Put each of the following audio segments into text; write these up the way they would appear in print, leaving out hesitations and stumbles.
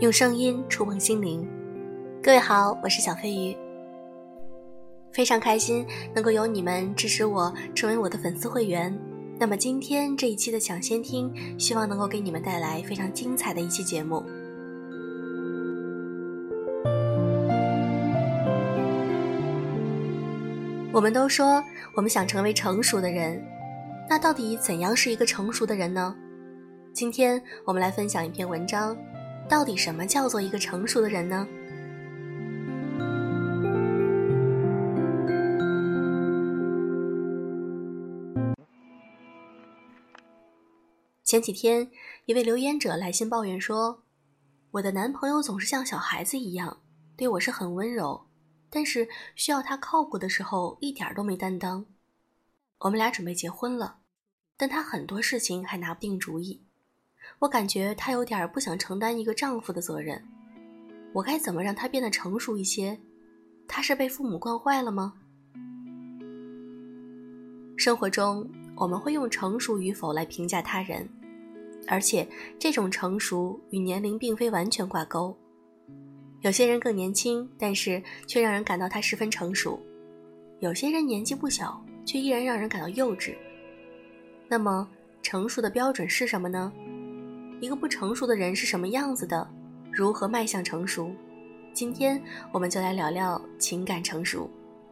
用声音触碰心灵。各位好，我是小飞鱼，非常开心能够有你们支持我成为我的粉丝会员。那么今天这一期的抢先听，希望能够给你们带来非常精彩的一期节目。我们都说我们想成为成熟的人，那到底怎样是一个成熟的人呢？今天我们来分享一篇文章，到底什么叫做一个成熟的人呢？前几天一位留言者来信抱怨说，我的男朋友总是像小孩子一样，对我是很温柔，但是需要他靠谱的时候一点都没担当。我们俩准备结婚了，但他很多事情还拿不定主意，我感觉他有点不想承担一个丈夫的责任。我该怎么让他变得成熟一些？他是被父母惯坏了吗？生活中我们会用成熟与否来评价他人，而且这种成熟与年龄并非完全挂钩。有些人更年轻，但是却让人感到他十分成熟；有些人年纪不小，却依然让人感到幼稚。那么成熟的标准是什么呢？一个不成熟的人是什么样子的？如何迈向成熟？今天我们就来聊聊情感成熟。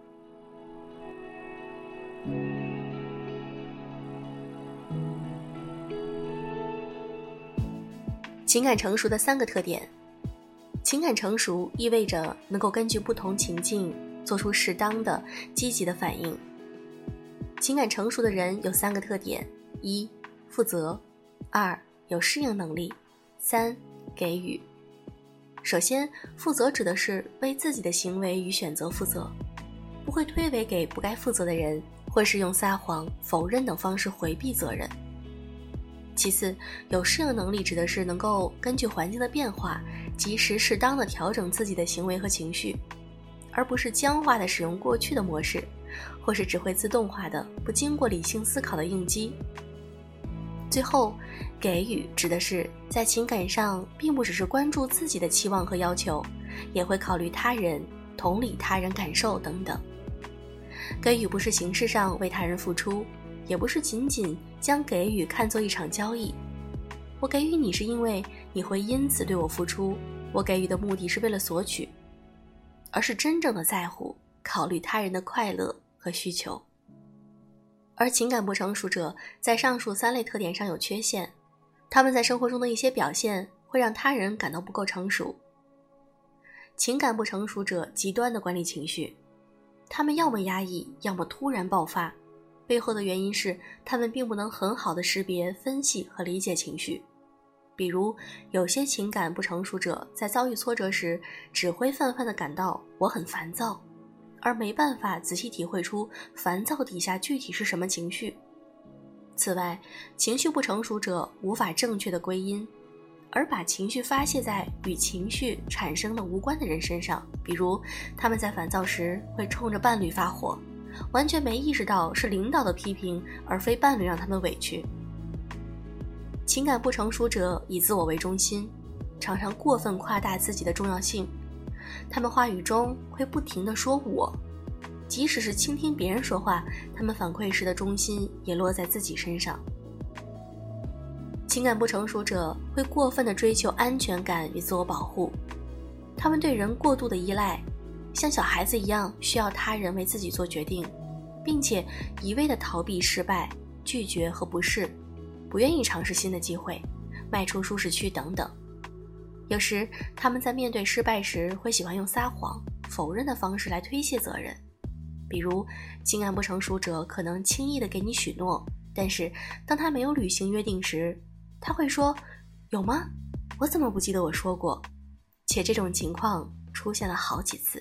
情感成熟的3个特点。情感成熟意味着能够根据不同情境做出适当的积极的反应。情感成熟的人有3个特点： 1. 负责， 2. 有适应能力， 3. 给予。首先，负责指的是为自己的行为与选择负责，不会推诿给不该负责的人，或是用撒谎、否认等方式回避责任。其次，有适应能力指的是能够根据环境的变化，及时适当的调整自己的行为和情绪，而不是僵化的使用过去的模式，或是只会自动化的不经过理性思考的应激。最后，给予指的是在情感上并不只是关注自己的期望和要求，也会考虑他人，同理他人感受等等。给予不是形式上为他人付出，也不是仅仅将给予看作一场交易。我给予你是因为你会因此对我付出，我给予的目的是为了索取，而是真正的在乎，考虑他人的快乐和需求。而情感不成熟者在上述3类特点上有缺陷，他们在生活中的一些表现会让他人感到不够成熟。情感不成熟者极端的管理情绪，他们要么压抑，要么突然爆发，背后的原因是他们并不能很好的识别、分析和理解情绪。比如有些情感不成熟者在遭遇挫折时，只会泛泛地感到我很烦躁，而没办法仔细体会出烦躁底下具体是什么情绪。此外，情绪不成熟者无法正确的归因，而把情绪发泄在与情绪产生的无关的人身上。比如他们在烦躁时会冲着伴侣发火，完全没意识到是领导的批评而非伴侣让他们委屈。情感不成熟者以自我为中心，常常过分夸大自己的重要性，他们话语中会不停地说我，即使是倾听别人说话，他们反馈时的中心也落在自己身上。情感不成熟者会过分地追求安全感与自我保护，他们对人过度的依赖，像小孩子一样需要他人为自己做决定，并且一味地逃避失败、拒绝和不适，不愿意尝试新的机会，迈出舒适区等等。有时他们在面对失败时会喜欢用撒谎、否认的方式来推卸责任。比如情感不成熟者可能轻易地给你许诺，但是当他没有履行约定时，他会说有吗？我怎么不记得我说过？且这种情况出现了好几次。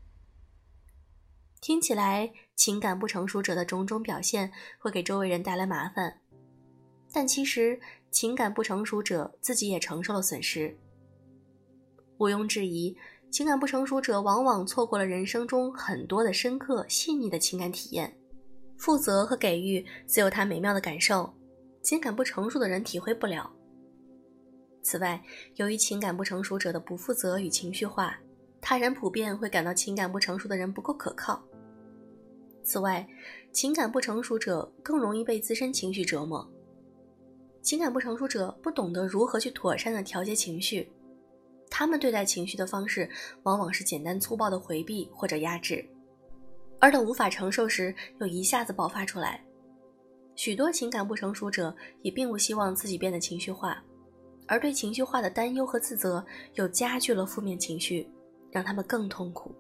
听起来情感不成熟者的种种表现会给周围人带来麻烦，但其实情感不成熟者自己也承受了损失。毋庸置疑，情感不成熟者往往错过了人生中很多的深刻细腻的情感体验。负责和给予自有它美妙的感受，情感不成熟的人体会不了。 此外，由于情感不成熟者的不负责与情绪化，他人普遍会感到情感不成熟的人不够可靠。此外，情感不成熟者更容易被自身情绪折磨。情感不成熟者不懂得如何去妥善地调节情绪，他们对待情绪的方式往往是简单粗暴的回避或者压制，而等无法承受时又一下子爆发出来。许多情感不成熟者也并不希望自己变得情绪化，而对情绪化的担忧和自责又加剧了负面情绪，让他们更痛苦。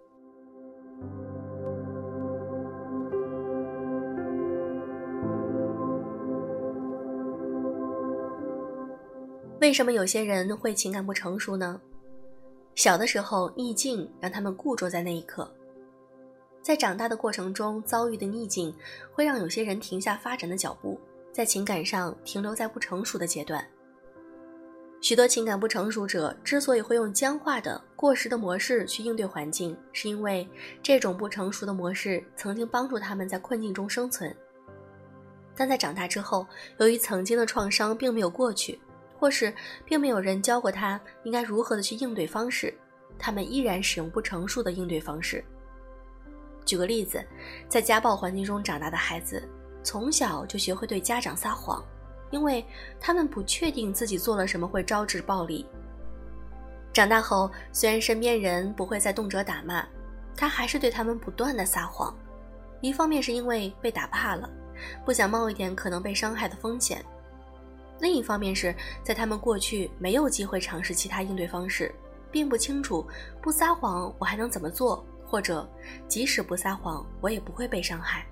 为什么有些人会情感不成熟呢？小的时候逆境让他们固着在那一刻，在长大的过程中遭遇的逆境会让有些人停下发展的脚步，在情感上停留在不成熟的阶段。许多情感不成熟者之所以会用僵化的、过时的模式去应对环境，是因为这种不成熟的模式曾经帮助他们在困境中生存。但在长大之后，由于曾经的创伤并没有过去，或是并没有人教过他应该如何的去应对方式，他们依然使用不成熟的应对方式。举个例子，在家暴环境中长大的孩子，从小就学会对家长撒谎，因为他们不确定自己做了什么会招致暴力。长大后，虽然身边人不会再动辄打骂，他还是对他们不断的撒谎。一方面是因为被打怕了，不想冒一点可能被伤害的风险，另一方面是在他们过去没有机会尝试其他应对方式，并不清楚不撒谎我还能怎么做，或者即使不撒谎我也不会被伤害。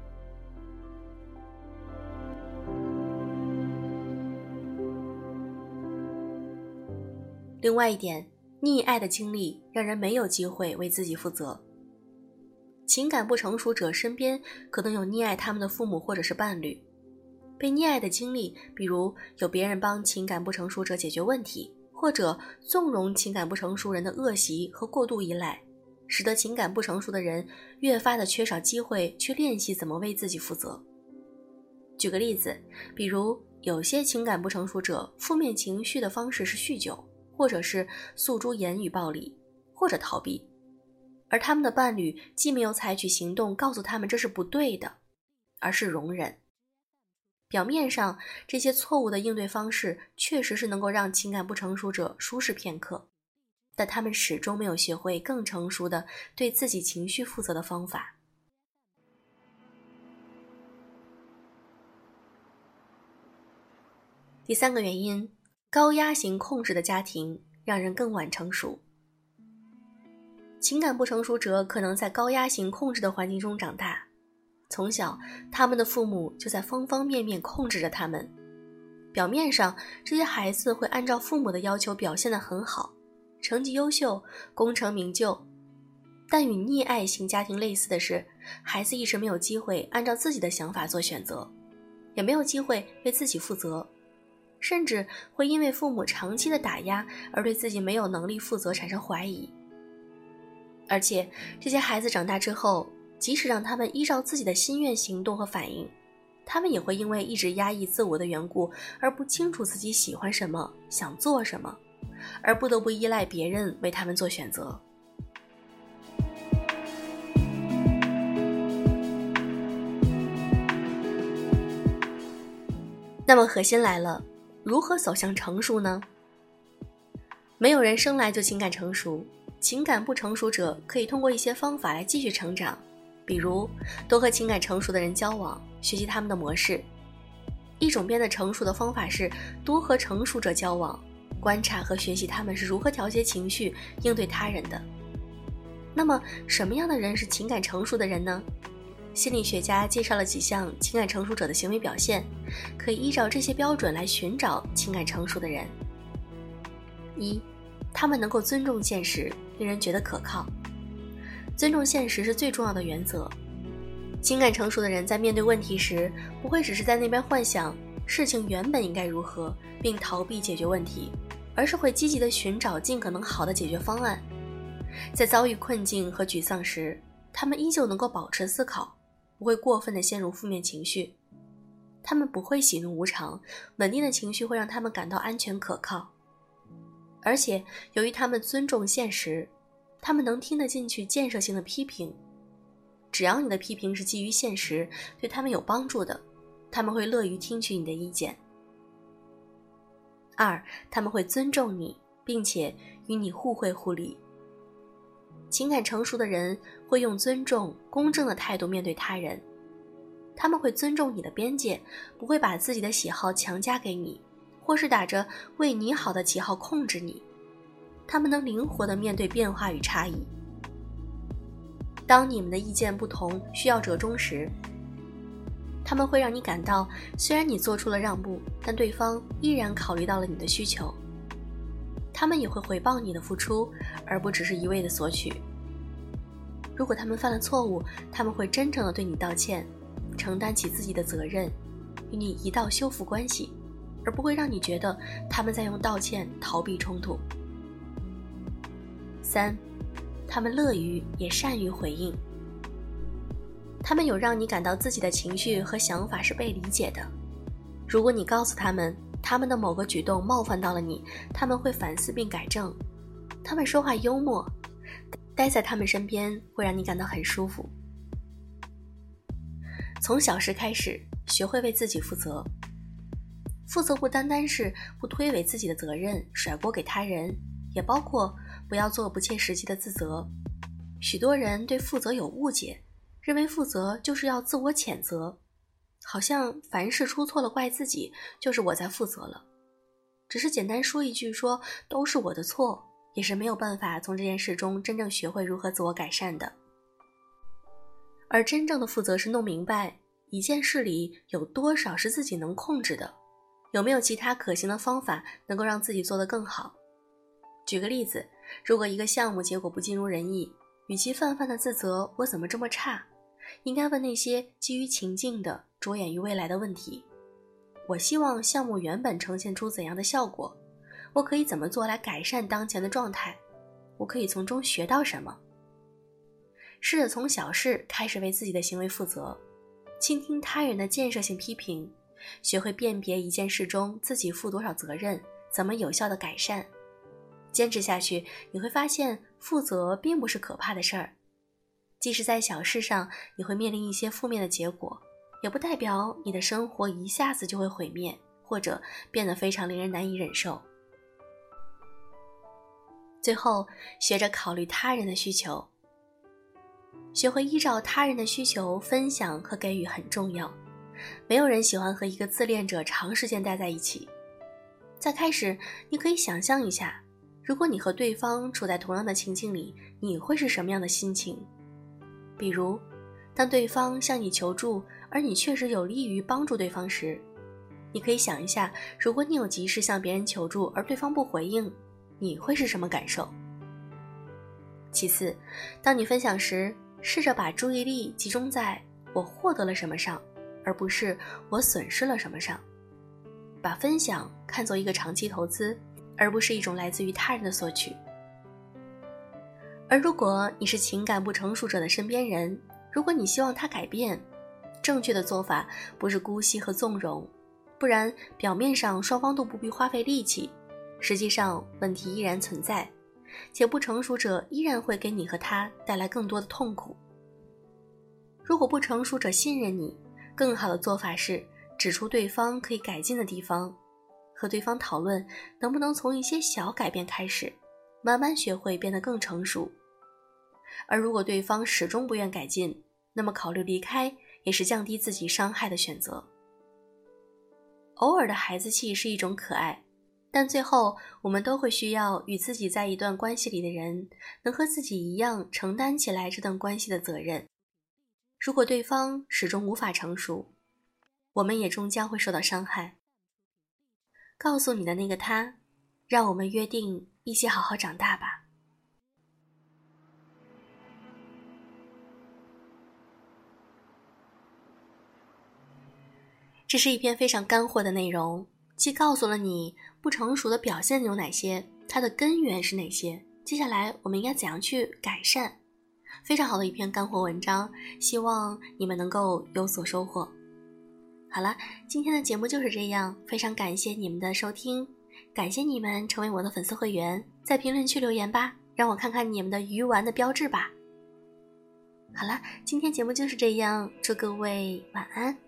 另外一点，溺爱的经历让人没有机会为自己负责。情感不成熟者身边可能有溺爱他们的父母或者是伴侣，被溺爱的经历，比如有别人帮情感不成熟者解决问题，或者纵容情感不成熟人的恶习和过度依赖，使得情感不成熟的人越发的缺少机会去练习怎么为自己负责。举个例子，比如有些情感不成熟者负面情绪的方式是酗酒，或者是诉诸言语暴力，或者逃避，而他们的伴侣既没有采取行动告诉他们这是不对的，而是容忍。表面上，这些错误的应对方式确实是能够让情感不成熟者舒适片刻，但他们始终没有学会更成熟的对自己情绪负责的方法。第三个原因，高压型控制的家庭让人更晚成熟。情感不成熟者可能在高压型控制的环境中长大，从小他们的父母就在方方面面控制着他们。表面上，这些孩子会按照父母的要求表现得很好，成绩优秀，功成名就。但与溺爱型家庭类似的是，孩子一直没有机会按照自己的想法做选择，也没有机会为自己负责，甚至会因为父母长期的打压而对自己没有能力负责产生怀疑。而且这些孩子长大之后，即使让他们依照自己的心愿行动和反应，他们也会因为一直压抑自我的缘故而不清楚自己喜欢什么，想做什么，而不得不依赖别人为他们做选择。那么核心来了，如何走向成熟呢？没有人生来就情感成熟，情感不成熟者可以通过一些方法来继续成长，比如多和情感成熟的人交往，学习他们的模式。一种变得成熟的方法是多和成熟者交往，观察和学习他们是如何调节情绪，应对他人的。那么什么样的人是情感成熟的人呢？心理学家介绍了几项情感成熟者的行为表现，可以依照这些标准来寻找情感成熟的人。一，他们能够尊重现实，令人觉得可靠。尊重现实是最重要的原则。情感成熟的人在面对问题时，不会只是在那边幻想事情原本应该如何，并逃避解决问题，而是会积极地寻找尽可能好的解决方案。在遭遇困境和沮丧时，他们依旧能够保持思考，不会过分地陷入负面情绪。他们不会喜怒无常，稳定的情绪会让他们感到安全可靠。 而且由于他们尊重现实，他们能听得进去建设性的批评。只要你的批评是基于现实，对他们有帮助的，他们会乐于听取你的意见。2，他们会尊重你，并且与你互惠互利。情感成熟的人会用尊重、公正的态度面对他人，他们会尊重你的边界，不会把自己的喜好强加给你，或是打着为你好的旗号控制你。他们能灵活地面对变化与差异。当你们的意见不同，需要折中时，他们会让你感到，虽然你做出了让步，但对方依然考虑到了你的需求。他们也会回报你的付出，而不只是一味的索取。如果他们犯了错误，他们会真正的对你道歉，承担起自己的责任，与你一道修复关系，而不会让你觉得他们在用道歉逃避冲突。3，他们乐于也善于回应。他们有让你感到自己的情绪和想法是被理解的。如果你告诉他们他们的某个举动冒犯到了你，他们会反思并改正。他们说话幽默，待在他们身边会让你感到很舒服。从小事开始，学会为自己负责。负责不单单是不推诿自己的责任，甩锅给他人，也包括不要做不切实际的自责。许多人对负责有误解，认为负责就是要自我谴责，好像凡事出错了怪自己，就是我在负责了。只是简单说一句说都是我的错，也是没有办法从这件事中真正学会如何自我改善的。而真正的负责是弄明白一件事里有多少是自己能控制的，有没有其他可行的方法能够让自己做得更好。举个例子，如果一个项目结果不尽如人意，与其泛泛的自责我怎么这么差，应该问那些基于情境的着眼于未来的问题。我希望项目原本呈现出怎样的效果，我可以怎么做来改善当前的状态，我可以从中学到什么。试着从小事开始为自己的行为负责，倾听他人的建设性批评，学会辨别一件事中自己负多少责任，怎么有效的改善。坚持下去，你会发现负责并不是可怕的事儿。即使在小事上你会面临一些负面的结果，也不代表你的生活一下子就会毁灭，或者变得非常令人难以忍受。最后，学着考虑他人的需求。学会依照他人的需求分享和给予很重要。没有人喜欢和一个自恋者长时间待在一起。在开始，你可以想象一下，如果你和对方处在同样的情境里，你会是什么样的心情？比如，当对方向你求助，而你确实有利于帮助对方时，你可以想一下，如果你有急事向别人求助，而对方不回应，你会是什么感受？其次，当你分享时，试着把注意力集中在我获得了什么上，而不是我损失了什么上。把分享看作一个长期投资，而不是一种来自于他人的索取。而如果你是情感不成熟者的身边人，如果你希望他改变，正确的做法不是姑息和纵容，不然表面上双方都不必花费力气，实际上问题依然存在，且不成熟者依然会给你和他带来更多的痛苦。如果不成熟者信任你，更好的做法是指出对方可以改进的地方，和对方讨论能不能从一些小改变开始，慢慢学会变得更成熟。而如果对方始终不愿改进，那么考虑离开也是降低自己伤害的选择。偶尔的孩子气是一种可爱，但最后我们都会需要与自己在一段关系里的人能和自己一样承担起来这段关系的责任。如果对方始终无法成熟，我们也终将会受到伤害。告诉你的那个他，让我们约定一起好好长大吧。这是一篇非常干货的内容，既告诉了你不成熟的表现有哪些，它的根源是哪些，接下来我们应该怎样去改善。非常好的一篇干货文章，希望你们能够有所收获。好了，今天的节目就是这样，非常感谢你们的收听， 感谢你们成为我的粉丝会员，在评论区留言吧，让我看看你们的鱼丸的标志吧。好了，今天节目就是这样，祝各位晚安。